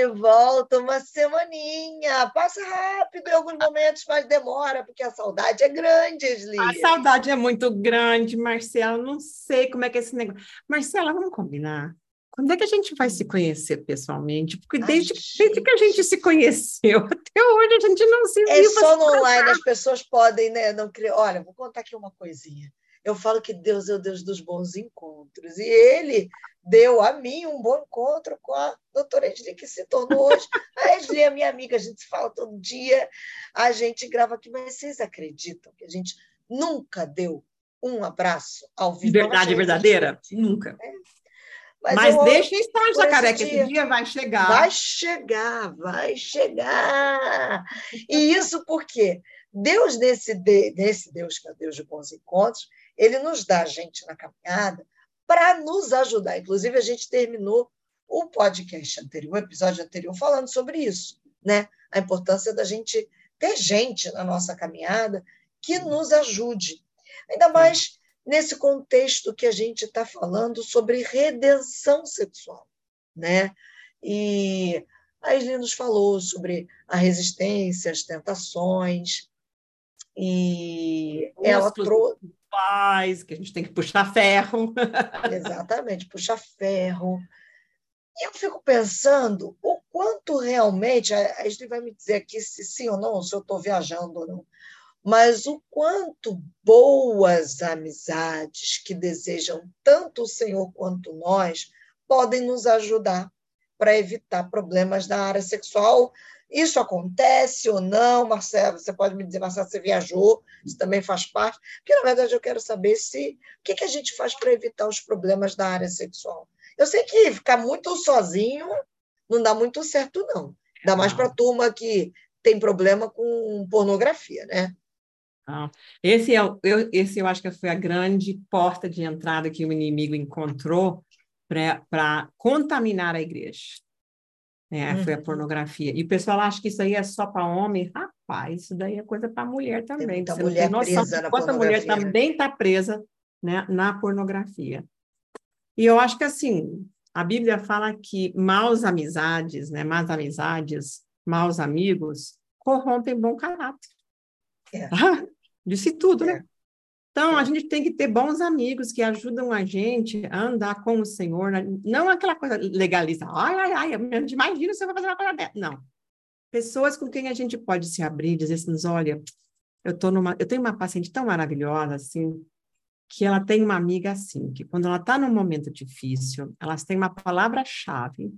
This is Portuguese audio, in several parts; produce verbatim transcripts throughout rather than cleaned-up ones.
de volta uma semaninha. Passa rápido em alguns momentos, mas demora, porque a saudade é grande, A Esli. saudade é muito grande, Marcela. Não sei como é que é esse negócio. Marcela, vamos combinar? Quando é que a gente vai se conhecer pessoalmente? Porque Ai, desde, desde que a gente gente. se conheceu até hoje, a gente não se É viu para se só no online, abraçar. as pessoas podem, né, não criar. Olha, vou contar aqui uma coisinha. Eu falo que Deus é o Deus dos bons encontros. E ele deu a mim um bom encontro com a doutora Esli, que se tornou hoje. A Esli é minha amiga, a gente se fala todo dia, a gente grava aqui, mas vocês acreditam que a gente nunca deu um abraço ao De vivo? Eu acho verdade verdadeira? ridículo. Nunca. Mas Mas eu oro deixa estar, por esse Jacaré, que esse dia. dia vai Vai chegar. chegar, vai chegar. E isso porque Deus, nesse, nesse Deus que é Deus de bons encontros, ele nos dá a gente na caminhada para nos ajudar. Inclusive, a gente terminou o podcast anterior, o episódio anterior, falando sobre isso, né? A importância da gente ter gente na nossa caminhada que nos ajude. Ainda Sim. mais nesse contexto que a gente está falando sobre redenção sexual, né? E a Isli nos falou sobre a resistência, as tentações, e ela Músculos trouxe pais, que a gente tem que puxar ferro. exatamente, puxa ferro. E eu fico pensando o quanto realmente, a Isli vai me dizer aqui se sim ou não, se eu estou viajando ou não, mas o quanto boas amizades que desejam tanto o Senhor quanto nós podem nos ajudar para evitar problemas na área sexual. Isso acontece ou não, Marcelo? Você pode me dizer, Marcelo, você viajou, isso também faz parte? Porque, na verdade, eu quero saber se o que, que a gente faz para evitar os problemas da área sexual. Eu sei que ficar muito sozinho não dá muito certo, não. Ainda mais para a Não, turma que tem problema com pornografia, né? não. Esse, é, o- eu, esse eu acho que foi a grande porta de entrada que o inimigo encontrou para contaminar a igreja. É, foi a Uhum. pornografia. E o pessoal acha que isso aí é só para homem. Rapaz, isso daí é coisa para mulher Tem também. muita Você não tem mulher noção presa de na quanta mulher pornografia, né? também está presa, né, na pornografia. E eu acho que, assim, a Bíblia fala que maus amizades, né, más amizades, maus amigos, corrompem bom caráter. É, Tá? Disse tudo, né? é, Então, a é. gente tem que ter bons amigos que ajudam a gente a andar com o Senhor, né? Não aquela coisa legalista. Ai, ai, ai, eu te imagino se eu vou fazer uma coisa dessa. Não. Pessoas com quem a gente pode se abrir e dizer assim, olha, eu, tô numa, eu tenho uma paciente tão maravilhosa, assim, que ela tem uma amiga assim, que quando ela está num momento difícil, elas têm uma palavra-chave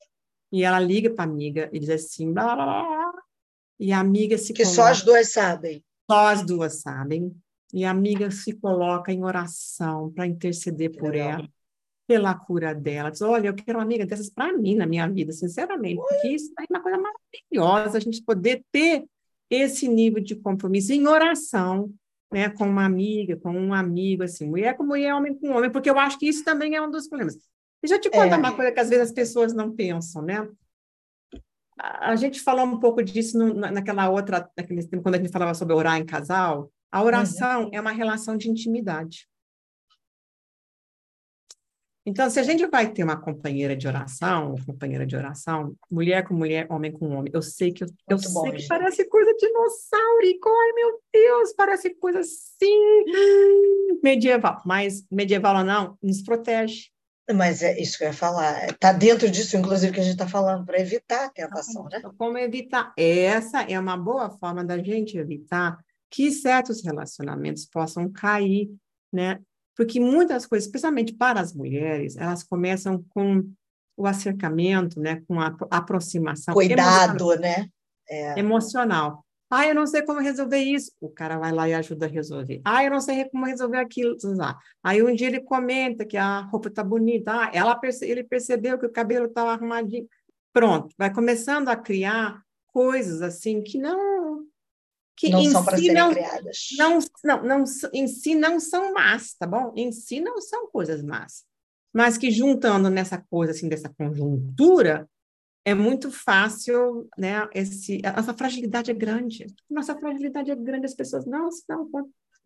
e ela liga para a amiga e diz assim, blá, blá, blá, blá, e a amiga se Que só as coloca, duas sabem. só as duas sabem, e a amiga se coloca em oração para interceder Que por legal. ela, pela cura dela. Diz, olha, eu quero uma amiga dessas para mim na minha vida, sinceramente, porque isso é uma coisa maravilhosa, a gente poder ter esse nível de compromisso em oração, né, com uma amiga, com um amigo, assim, mulher com mulher, homem com homem, porque eu acho que isso também é um dos problemas. Deixa eu te contar É, uma coisa que às vezes as pessoas não pensam, né? A, a gente falou um pouco disso no, naquela outra, naquele tempo, quando a gente falava sobre orar em casal. A uhum, oração é uma relação de intimidade. Então, se a é. gente vai ter uma companheira de oração, uma companheira de oração, mulher com mulher, homem com homem, eu sei que eu, eu Muito bom, sei que Gi. parece coisa dinossaurico, ai meu Deus, parece coisa assim medieval, mas medieval ou não, nos protege. Mas é isso que eu ia falar. Está dentro disso, inclusive, que a gente está falando, para evitar a tentação, né? Então, como evitar? Essa é uma boa forma da gente evitar que certos relacionamentos possam cair, né? Porque muitas coisas, especialmente para as mulheres, elas começam com o acercamento, né? Com a aproximação emocional. Cuidado, né? É, Emocional. Ah, eu não sei como resolver isso. O cara vai lá e ajuda a resolver. Ah, eu não sei como resolver aquilo. Aí um dia ele comenta que a roupa está bonita. Ah, ela perce... ele percebeu que o cabelo estava arrumadinho. Pronto, vai começando a criar coisas assim que não, que não em são para si serem não, criadas. não, não, não, em si não são más, tá bom? Em si não são coisas más. Mas que juntando nessa coisa assim, dessa conjuntura, é muito fácil, né? Esse, a nossa fragilidade é grande. Nossa fragilidade é grande, as pessoas, não, não,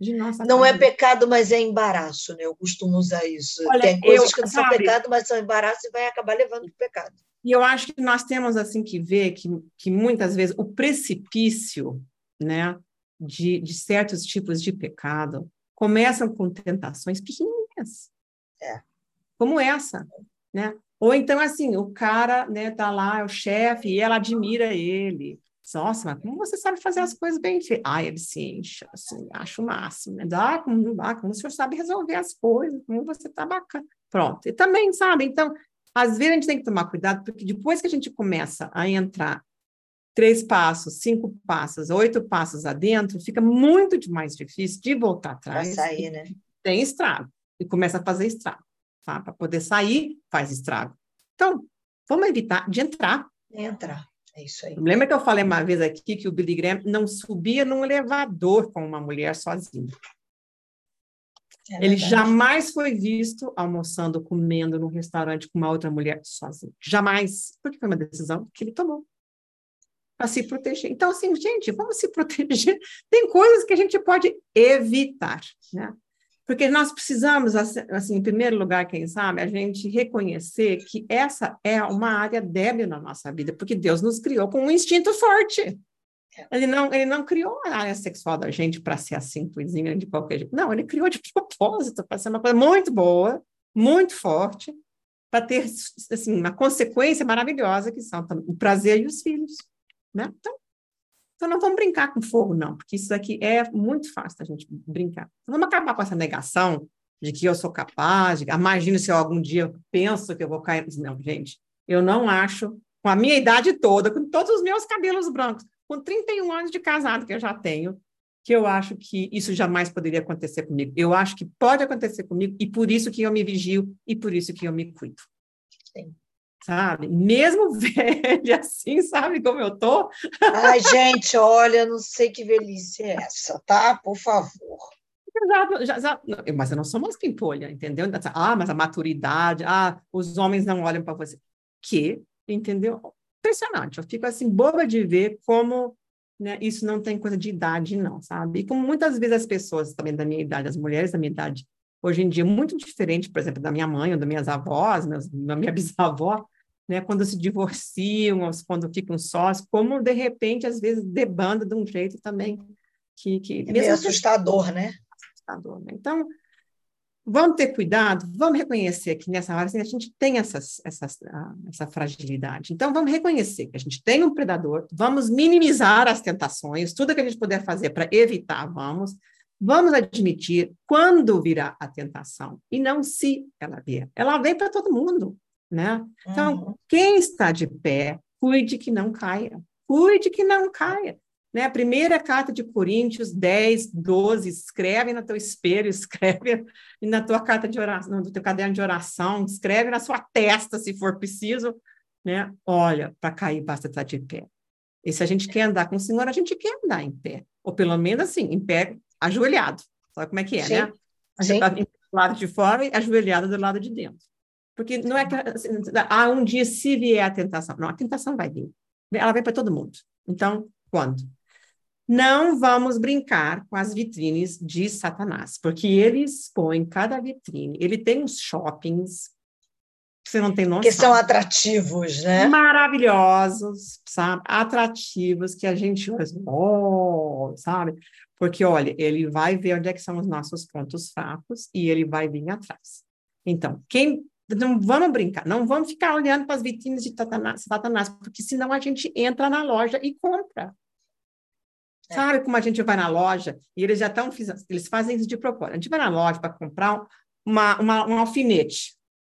de nossa Não é casa. pecado, mas é embaraço, né? Eu costumo usar isso. Olha, Tem eu, coisas que não são sabe, pecado, mas são embaraço e vai acabar levando para o pecado. e eu acho que nós temos assim que ver que, que muitas vezes o precipício, né, de, de certos tipos de pecado começam com tentações pequenininhas, É. como essa, né? Ou então, assim, o cara, né, tá lá, é o chefe, e ela admira ele. Nossa, mas como você sabe fazer as coisas bem feitas? Ah, ele se enche, assim, acho o máximo, né? Ah, como, ah, como o senhor sabe resolver as coisas, como você tá bacana. Pronto. E também, sabe? Então, às vezes a gente tem que tomar cuidado, porque depois que a gente começa a entrar três passos, cinco passos, oito passos adentro, fica muito mais difícil de voltar Para atrás. sair, né? Tem estrago. E começa a fazer estrago. Tá? Para poder sair, faz estrago. Então, vamos evitar de entrar. Entrar. É isso aí. Lembra que eu falei uma vez aqui que o Billy Graham não subia num elevador com uma mulher sozinha. É Ele verdade. jamais foi visto almoçando, comendo num restaurante com uma outra mulher sozinho. Jamais. Porque foi uma decisão que ele tomou para se proteger. Então, assim, gente, vamos se proteger. Tem coisas que a gente pode evitar, né? Porque nós precisamos, assim, em primeiro lugar, quem sabe, a gente reconhecer que essa é uma área débil na nossa vida, porque Deus nos criou com um instinto forte. Ele não, ele não criou a área sexual da gente para ser assim, coisinha de qualquer jeito. Não, ele criou de propósito para ser uma coisa muito boa, muito forte, para ter, assim, uma consequência maravilhosa, que são o prazer e os filhos, né? Então, então, não vamos brincar com fogo, não, porque isso aqui é muito fácil da gente brincar. Então, vamos acabar com essa negação de que eu sou capaz, de, imagino se eu algum dia penso que eu vou cair. Não, gente, eu não acho, com a minha idade toda, com todos os meus cabelos brancos, com trinta e um anos de casado que eu já tenho, que eu acho que isso jamais poderia acontecer comigo. Eu acho que pode acontecer comigo, e por isso que eu me vigio, e por isso que eu me cuido. Sim. Sabe? Mesmo velha assim, sabe como eu tô? Ai, gente, olha, não sei que velhice é essa, tá? Por favor. Já, já, já, mas eu não sou mais pimpolha, entendeu? Ah, mas a maturidade, ah, os homens não olham para você. Que, entendeu? Impressionante. Eu fico assim, boba de ver como, né, isso não tem coisa de idade, não, sabe? E como muitas vezes as pessoas também da minha idade, as mulheres da minha idade, hoje em dia, muito diferente, por exemplo, da minha mãe ou das minhas avós, meus, da minha bisavó, né, quando se divorciam, quando ficam sós, como, de repente, às vezes, debanda de um jeito também que... que É meio mesmo assustador, né? assustador, né? Então, vamos ter cuidado, vamos reconhecer que nessa hora assim, a gente tem essas, essas, ah, essa fragilidade. Então, vamos reconhecer que a gente tem um predador, vamos minimizar as tentações, tudo que a gente puder fazer para evitar, vamos. Vamos admitir quando virá a tentação, e não se ela vier. Ela vem para todo mundo, né? Então, Uhum. quem está de pé, cuide que não caia. Cuide que não caia. Né? A primeira carta de Coríntios dez, doze, escreve no teu espelho, escreve na tua carta de oração, no teu caderno de oração, escreve na sua testa, se for preciso, né? Olha, para cair basta estar de pé. E se a gente quer andar com o Senhor, a gente quer andar em pé. Ou pelo menos assim, em pé, ajoelhado. Sabe como é que é, Sim, né? A gente está do lado de fora e ajoelhado do lado de dentro. Porque não é que assim, ah, um dia se vier a tentação. Não, a tentação vai vir. Ela vem para todo mundo. Então, quando? Não vamos brincar com as vitrines de Satanás, porque ele expõe cada vitrine. Ele tem uns shoppings que você não tem noção. Que são atrativos, né? Maravilhosos, sabe? Atrativos, que a gente oh, sabe? Porque, olha, ele vai ver onde é que são os nossos pontos fracos e ele vai vir atrás. Então, quem... Não vamos brincar, não vamos ficar olhando para as vitrines de Satanás, Satanás, porque senão a gente entra na loja e compra. É. Sabe como a gente vai na loja e eles já estão, eles fazem isso de propósito. A gente vai na loja para comprar uma, uma, um alfinete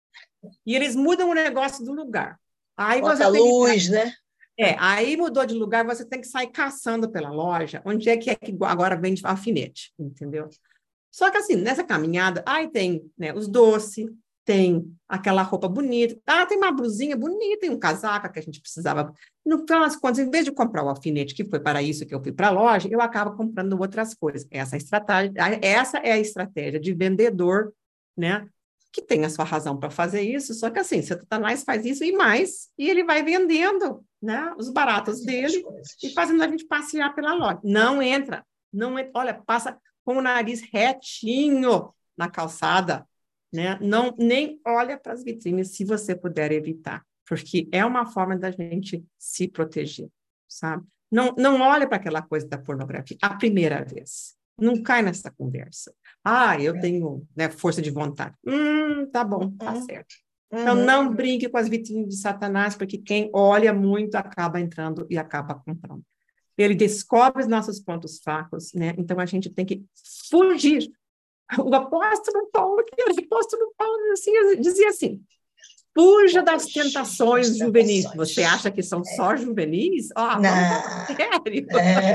e eles mudam o negócio do lugar. Aí Bota você tem luz, que... né? É, aí mudou de lugar, você tem que sair caçando pela loja, onde é que é que agora vende alfinete, entendeu? Só que assim, nessa caminhada, aí tem, né, os doces, tem aquela roupa bonita, ah, tem uma blusinha bonita, tem um casaco que a gente precisava. No final das contas, em vez de comprar o alfinete, que foi para isso que eu fui para a loja, eu acabo comprando outras coisas. Essa, estratégia, essa é a estratégia de vendedor, né? Que tem a sua razão para fazer isso, só que assim, Satanás faz isso e mais, e ele vai vendendo, né, os baratos dele e fazendo a gente passear pela loja. Não entra, não entra, olha, passa com o nariz retinho na calçada, né? Não, nem olha para as vitrines se você puder evitar, porque é uma forma da gente se proteger, sabe? Não, não olha para aquela coisa da pornografia a primeira vez. Não cai nessa conversa. Ah, eu tenho, né, força de vontade. Hum, tá bom, tá Uhum. certo. Então, Uhum. não brinque com as vitrines de Satanás, porque quem olha muito acaba entrando e acaba comprando. Ele descobre os nossos pontos fracos, né? Então, a gente tem que fugir. O apóstolo Paulo, que era o apóstolo Paulo, assim, dizia assim, fuja das tentações Das juvenis. tentações. Você acha que são só juvenis? Ó, vamos falar Não. sério.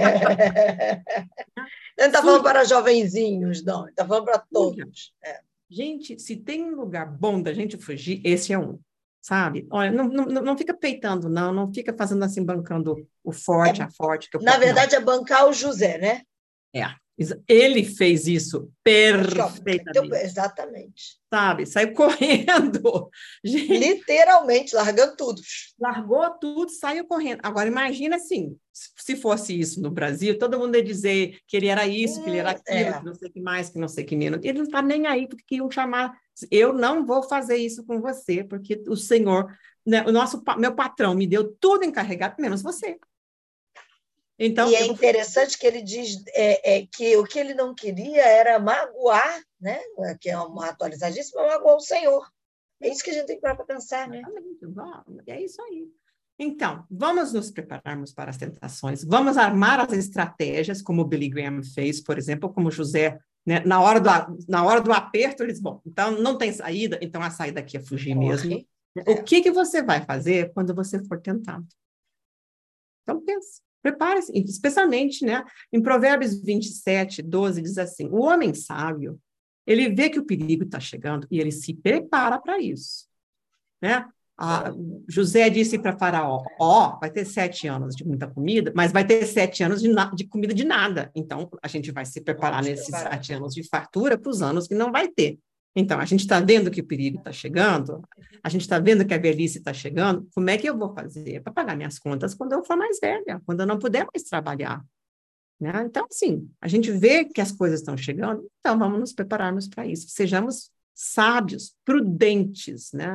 É. Não está falando Fuja, para jovenzinhos, não. Está falando para fuja. todos. É. Gente, se tem um lugar bom da gente fugir, esse é um, sabe? Olha, não, não, não fica peitando, não, não fica fazendo assim, bancando o forte, É, a forte, que eu na posso. Não, verdade, é bancar o José, né? é. Ele fez isso Então, perfeitamente, exatamente. sabe? Saiu correndo. Gente, Literalmente, largando tudo. largou tudo, saiu correndo. Agora, imagina assim, se fosse isso no Brasil, todo mundo ia dizer que ele era isso, que ele era Hum, aquilo, que é. não sei o que mais, que não sei o que menos. Ele não está nem aí, porque iam chamar. Eu não vou fazer isso com você, porque o Senhor, né, o nosso, meu patrão me deu tudo encarregado, menos você. Então, E é eu vou... interessante que ele diz é, é, que o que ele não queria era magoar, né? Que é uma atualizadíssima, magoar o Senhor. É isso que a gente tem para pensar, né? É isso aí. Então, vamos nos prepararmos para as tentações, vamos armar as estratégias, como o Billy Graham fez, por exemplo, como José, né? Na hora do, na hora do aperto, eles, bom, então não tem saída, então a saída aqui é fugir mesmo. Corre. O É. que, que você vai fazer quando você for tentado? Então, pense, prepare-se, especialmente, né? Em Provérbios vinte e sete, doze, diz assim, o homem sábio, ele vê que o perigo está chegando e ele se prepara para isso, né? A José disse para Faraó, ó, oh, vai ter sete anos de muita comida, mas vai ter sete anos de, de comida de nada. Então, a gente vai se preparar Vamos nesses preparar. sete anos de fartura para os anos que não vai ter. Então, a gente está vendo que o perigo está chegando, a gente está vendo que a velhice está chegando, como é que eu vou fazer para pagar minhas contas quando eu for mais velha, quando eu não puder mais trabalhar? Né? Então, assim, a gente vê que as coisas estão chegando, então vamos nos prepararmos para isso. Sejamos sábios, prudentes, né?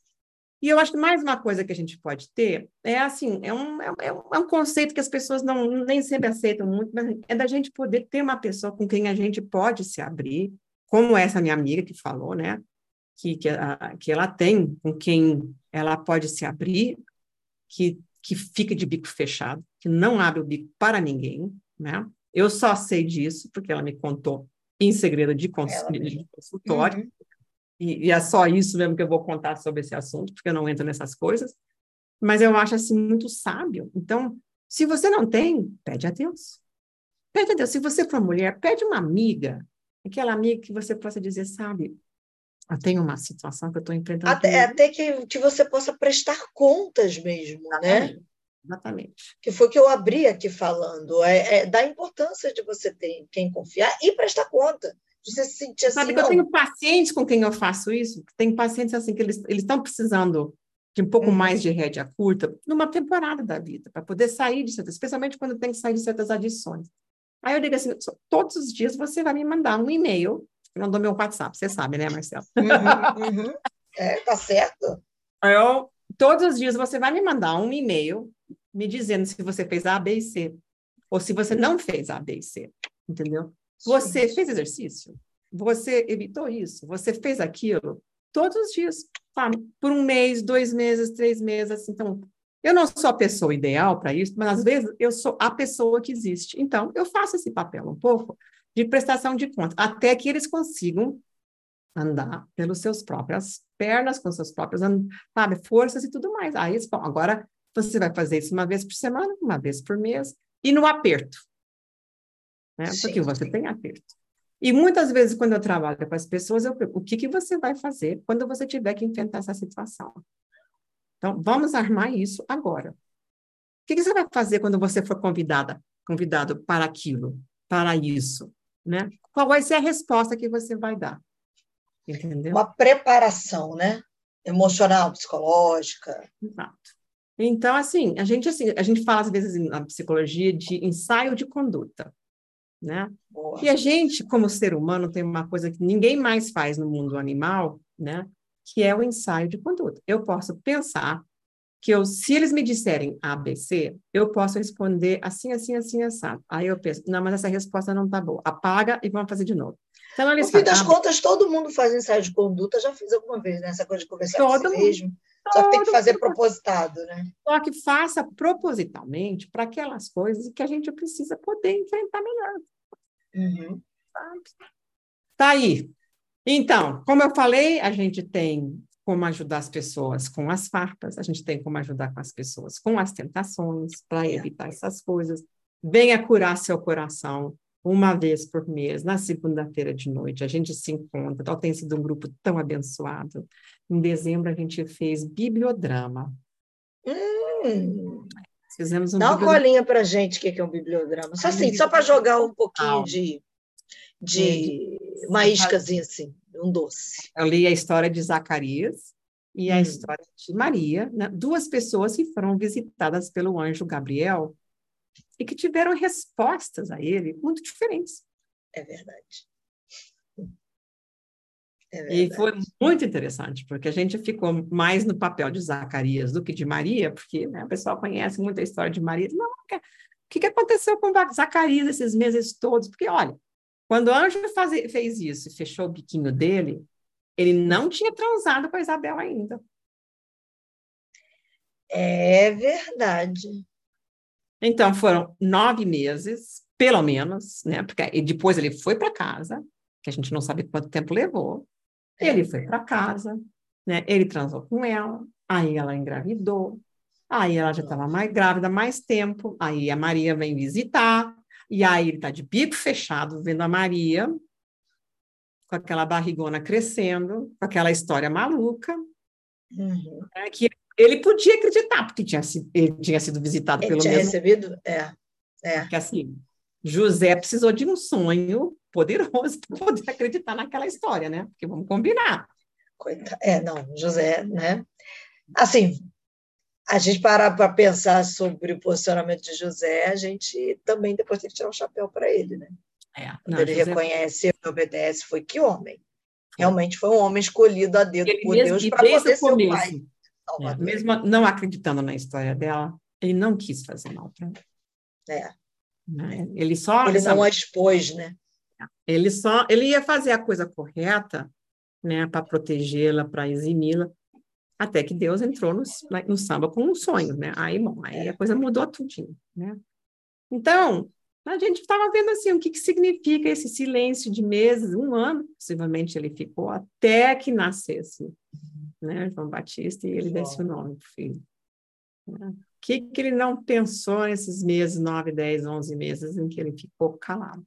E eu acho que mais uma coisa que a gente pode ter é assim, é um, é um, é um conceito que as pessoas não, nem sempre aceitam muito, mas é da gente poder ter uma pessoa com quem a gente pode se abrir, como essa minha amiga que falou, né? Que, que, a, que ela tem com quem ela pode se abrir, que, que fica de bico fechado, que não abre o bico para ninguém, né? Eu só sei disso porque ela me contou em segredo de, cons, de consultório. Uhum. E, e é só isso mesmo que eu vou contar sobre esse assunto, porque eu não entro nessas coisas, mas eu acho assim muito sábio. Então, se você não tem, pede a Deus. Pede a Deus. Se você for mulher, pede uma amiga, aquela amiga que você possa dizer, sabe, eu tenho uma situação que eu estou enfrentando. Até, até que, que você possa prestar contas mesmo, Exatamente. né? Exatamente. Que foi o que eu abri aqui falando, é, é da importância de você ter quem confiar e prestar conta. Você se sentir assim, Sabe que não... eu tenho pacientes com quem eu faço isso? Tem pacientes assim que eles estão precisando de um pouco uhum. mais de rédea curta numa temporada da vida, para poder sair de certas, especialmente quando tem que sair de certas adições. Aí eu digo assim, todos os dias você vai me mandar um e-mail, eu não dou meu WhatsApp, você sabe, né, Marcelo? Uhum, uhum. É, tá certo. Eu, todos os dias você vai me mandar um e-mail me dizendo se você fez A, B e C, ou se você não fez A, B e C, entendeu? Você Sim. fez exercício? Você evitou isso? Você fez aquilo? Todos os dias, sabe? Por um mês, dois meses, três meses, assim. Então, eu não sou a pessoa ideal para isso, mas às vezes eu sou a pessoa que existe. Então, eu faço esse papel um pouco de prestação de contas, até que eles consigam andar pelas suas próprias pernas, com suas próprias, sabe, forças e tudo mais. Aí, bom, agora você vai fazer isso uma vez por semana, uma vez por mês, e no aperto. Né? Porque você tem aperto. E muitas vezes, quando eu trabalho com as pessoas, eu pergunto, o que, que você vai fazer quando você tiver que enfrentar essa situação? Então, vamos armar isso agora. O que, que você vai fazer quando você for convidada, convidado para aquilo, para isso? Né? Qual vai ser a resposta que você vai dar? Entendeu? Uma preparação, né? Emocional, psicológica. Exato. Então, assim, a gente, assim, a gente fala às vezes na psicologia de ensaio de conduta. né? Boa. E a gente, como ser humano, tem uma coisa que ninguém mais faz no mundo animal, né? Que é o ensaio de conduta. Eu posso pensar que eu, se eles me disserem A, B, C, eu posso responder assim, assim, assim, assado. Aí eu penso, não, mas essa resposta não está boa. Apaga e vamos fazer de novo. Então, No eles fim falam, das ah, contas, todo mundo faz ensaio de conduta, já fiz alguma vez, né? Essa coisa de conversar com si todo mundo, mesmo. Só que tem que todo fazer mundo. propositado, né? Só que faça propositalmente para aquelas coisas que a gente precisa poder enfrentar melhor. Uhum. Sabe? Tá aí. Então, como eu falei, a gente tem como ajudar as pessoas com as farpas, a gente tem como ajudar com as pessoas com as tentações, para É. evitar essas coisas. Venha curar seu coração uma vez por mês, na segunda-feira de noite. A gente se encontra. Então, tem sido um grupo tão abençoado. Em dezembro, a gente fez bibliodrama. Hum. Fizemos um Dá uma bibliodrama. colinha para gente o que é um bibliodrama. Só Ai, um assim, só para bibliodrama jogar um pouquinho total, de, é, de de uma iscazinha assim, um doce. Eu li a história de Zacarias e a Hum. história de Maria, né? Duas pessoas que foram visitadas pelo anjo Gabriel e que tiveram respostas a ele muito diferentes. É verdade. É E foi verdade. muito interessante, porque a gente ficou mais no papel de Zacarias do que de Maria, porque, né, o pessoal conhece muito a história de Maria. Não, o que, que aconteceu com Zacarias esses meses todos? Porque, olha, quando o anjo faz, fez isso e fechou o biquinho dele, ele não tinha transado com a Isabel ainda. É verdade. Então, foram nove meses, pelo menos, né? Porque e depois ele foi para casa, que a gente não sabe quanto tempo levou. É. Ele foi para casa, né? Ele transou com ela, aí ela engravidou, aí ela já estava mais grávida mais tempo, aí a Maria vem visitar, e aí ele está de bico fechado, vendo a Maria com aquela barrigona crescendo, com aquela história maluca, Uhum. né? Que ele podia acreditar, porque tinha sido, ele tinha sido visitado Ele pelo tinha mesmo. recebido? É. É. Porque, assim, José precisou de um sonho poderoso para poder acreditar naquela história, né? Porque vamos combinar. Coitado. É, não, José, né? Assim, a gente parar para pensar sobre o posicionamento de José, a gente também depois tem que tirar o chapéu para ele, né? É, Quando não, ele José reconhece e obedece, foi que homem. foi. Realmente foi um homem escolhido a dedo Ele por mesmo, Deus e para desde poder o ser o pai começo, é, salvador. mesmo não acreditando na história dela, ele não quis fazer mal para ela. É. Né? Ele só, Ele não sabe, a expôs, né? ele só, ele ia fazer a coisa correta, né, para protegê-la, para eximi-la, até que Deus entrou no, no samba com um sonho, né? Aí, bom, aí a coisa mudou tudinho, né? Então, a gente estava vendo assim, o que, que significa esse silêncio de meses, um ano, possivelmente ele ficou, até que nascesse, né, João Batista, e ele desse o nome para o filho. Né? O que, que ele não pensou nesses meses, nove, dez, onze meses, em que ele ficou calado?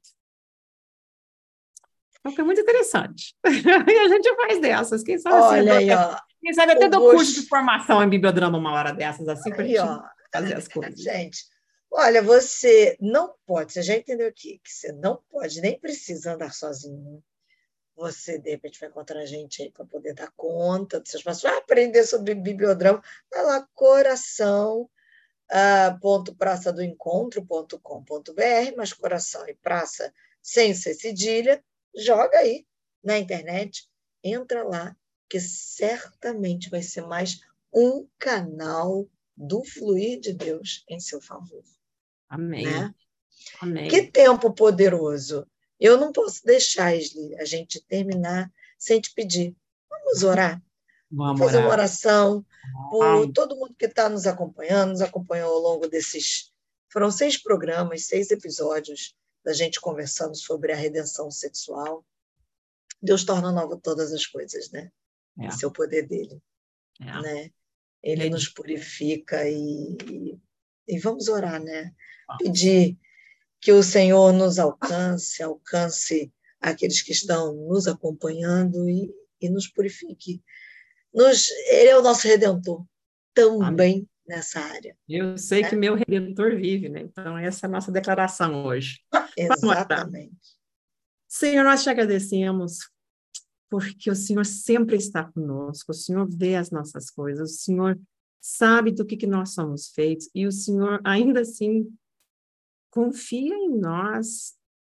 Então, foi muito interessante. E a gente faz dessas, quem sabe assim, eu Olha dou aí, até, ó, quem sabe até o dou curso de gosto. formação em bibliodrama uma hora dessas, assim, para a Aí, gente ó, fazer as coisas. gente, olha, você não pode, você já entendeu aqui, que você não pode, nem precisa andar sozinho. Você, de repente, vai encontrar gente aí para poder dar conta dos seus passos. Vai aprender sobre bibliodrama. Vai lá, coração, uh, ponto praça do encontro ponto com ponto br, mas coração e praça sem ser cedilha, joga aí na internet, entra lá, que certamente vai ser mais um canal do fluir de Deus em seu favor. Amém. Né? Amém. Que tempo poderoso! Eu não posso deixar, Esli, a gente terminar sem te pedir. Vamos orar? Vamos Fazer uma orar. oração por Vamos. todo mundo que está nos acompanhando, nos acompanhou ao longo desses. Foram seis programas, seis episódios da gente conversando sobre a redenção sexual. Deus torna nova todas as coisas, né? É, Esse é o poder dele, é. né? Ele Ele- nos purifica e, e, e vamos orar, né? Pedir que o Senhor nos alcance, alcance aqueles que estão nos acompanhando e, e nos purifique. Nos, ele é o nosso Redentor, Amém. também nessa área. Eu sei Né? que meu Redentor vive, né? Então, essa é a nossa declaração hoje. Vamos orar. Exatamente. Senhor, nós te agradecemos porque o Senhor sempre está conosco, o Senhor vê as nossas coisas, o Senhor sabe do que, que nós somos feitos e o Senhor, ainda assim, confia em nós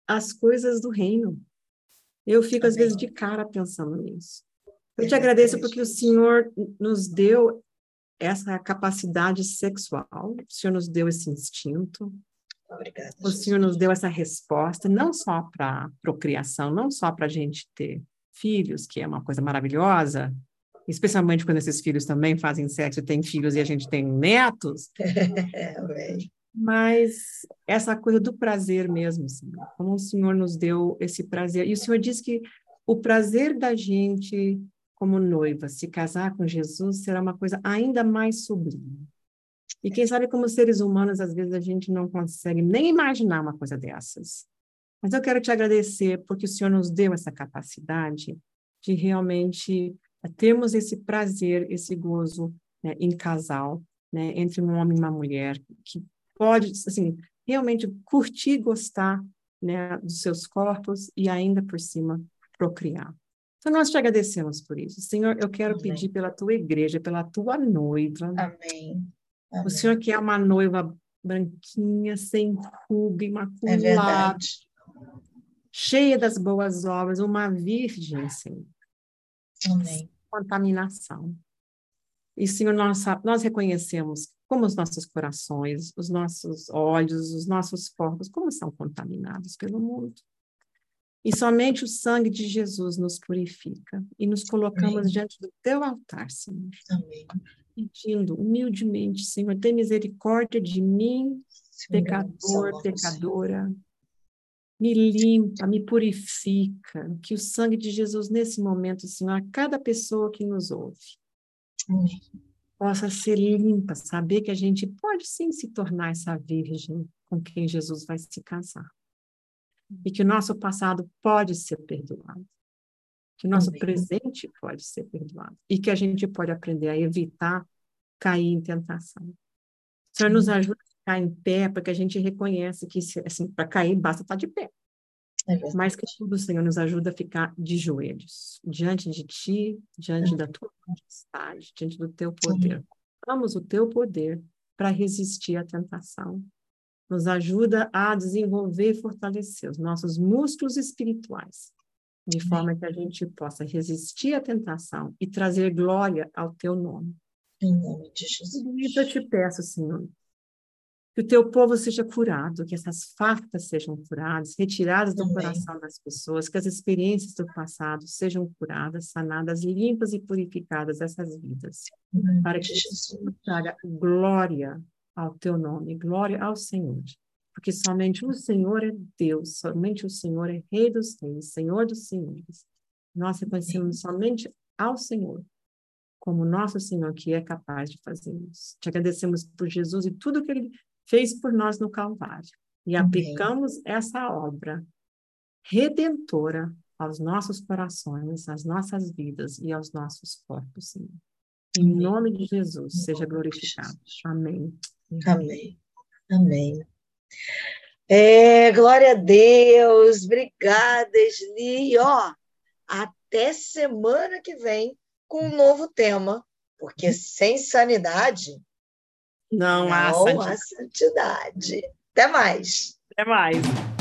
as coisas do reino. Eu fico, Amém. às vezes, de cara pensando nisso. Eu É te agradeço verdade. porque o Senhor nos deu essa capacidade sexual, o Senhor nos deu esse instinto, Obrigada, o Jesus. Senhor nos deu essa resposta, não só para procriação, não só para a gente ter filhos, que é uma coisa maravilhosa, especialmente quando esses filhos também fazem sexo e têm filhos e a gente tem netos, Amém. mas essa coisa do prazer mesmo, Senhor, como o Senhor nos deu esse prazer. E o Senhor diz que o prazer da gente, como noiva, se casar com Jesus, será uma coisa ainda mais sublime. E quem sabe, como seres humanos, às vezes a gente não consegue nem imaginar uma coisa dessas. Mas eu quero te agradecer porque o Senhor nos deu essa capacidade de realmente termos esse prazer, esse gozo, né, em casal, né, entre um homem e uma mulher, que pode, assim, realmente curtir e gostar, né, dos seus corpos e ainda por cima procriar. Então, nós te agradecemos por isso. Senhor, eu quero Amém. pedir pela tua igreja, pela tua noiva. Amém. O Amém. Senhor que é uma noiva branquinha, sem ruga, É imaculada, verdade. cheia das boas obras, uma virgem, Senhor, sem Amém. contaminação. E, Senhor, nós, nós reconhecemos como os nossos corações, os nossos olhos, os nossos corpos, como são contaminados pelo mundo. E somente o sangue de Jesus nos purifica. E nos colocamos Amém. diante do teu altar, Senhor, Amém. pedindo humildemente, Senhor, tem misericórdia de mim, Senhor, pecador, salva-nos, pecadora. Me limpa, me purifica. Que o sangue de Jesus, nesse momento, Senhor, a cada pessoa que nos ouve, Amém. possa ser limpa, saber que a gente pode sim se tornar essa virgem com quem Jesus vai se casar. E que o nosso passado pode ser perdoado. Que o nosso Amém. presente pode ser perdoado. E que a gente pode aprender a evitar cair em tentação. O Senhor nos ajuda a ficar em pé, para que a gente reconheça que, assim, para cair, basta estar de pé. É verdade. Mas que tudo, o Senhor, nos ajuda a ficar de joelhos, diante de Ti, diante da Tua majestade, diante do Teu poder. Damos o Teu poder para resistir à tentação. Nos ajuda a desenvolver e fortalecer os nossos músculos espirituais, de forma que a gente possa resistir à tentação e trazer glória ao Teu nome. Em nome de Jesus. Tudo isso eu te peço, Senhor, que o teu povo seja curado, que essas farpas sejam curadas, retiradas do Amém. coração das pessoas, que as experiências do passado sejam curadas, sanadas, limpas e purificadas essas vidas, Em nome para de que Jesus. isso traga glória ao teu nome, glória ao Senhor. Porque somente o Senhor é Deus, somente o Senhor é Rei dos Reis, Senhor dos Senhores. Nós reconhecemos somente ao Senhor como nosso Senhor, que é capaz de fazer isso. Te agradecemos por Jesus e tudo que Ele fez por nós no Calvário. E Amém. aplicamos essa obra redentora aos nossos corações, às nossas vidas e aos nossos corpos, Senhor. Em Amém. nome de Jesus, Em seja nome de glorificado. Jesus. Amém. Amém. Amém. É, glória a Deus. Obrigada, Esli. Ó, até semana que vem com um novo tema, porque sem sanidade Não há não santidade. há santidade. Até mais. Até mais.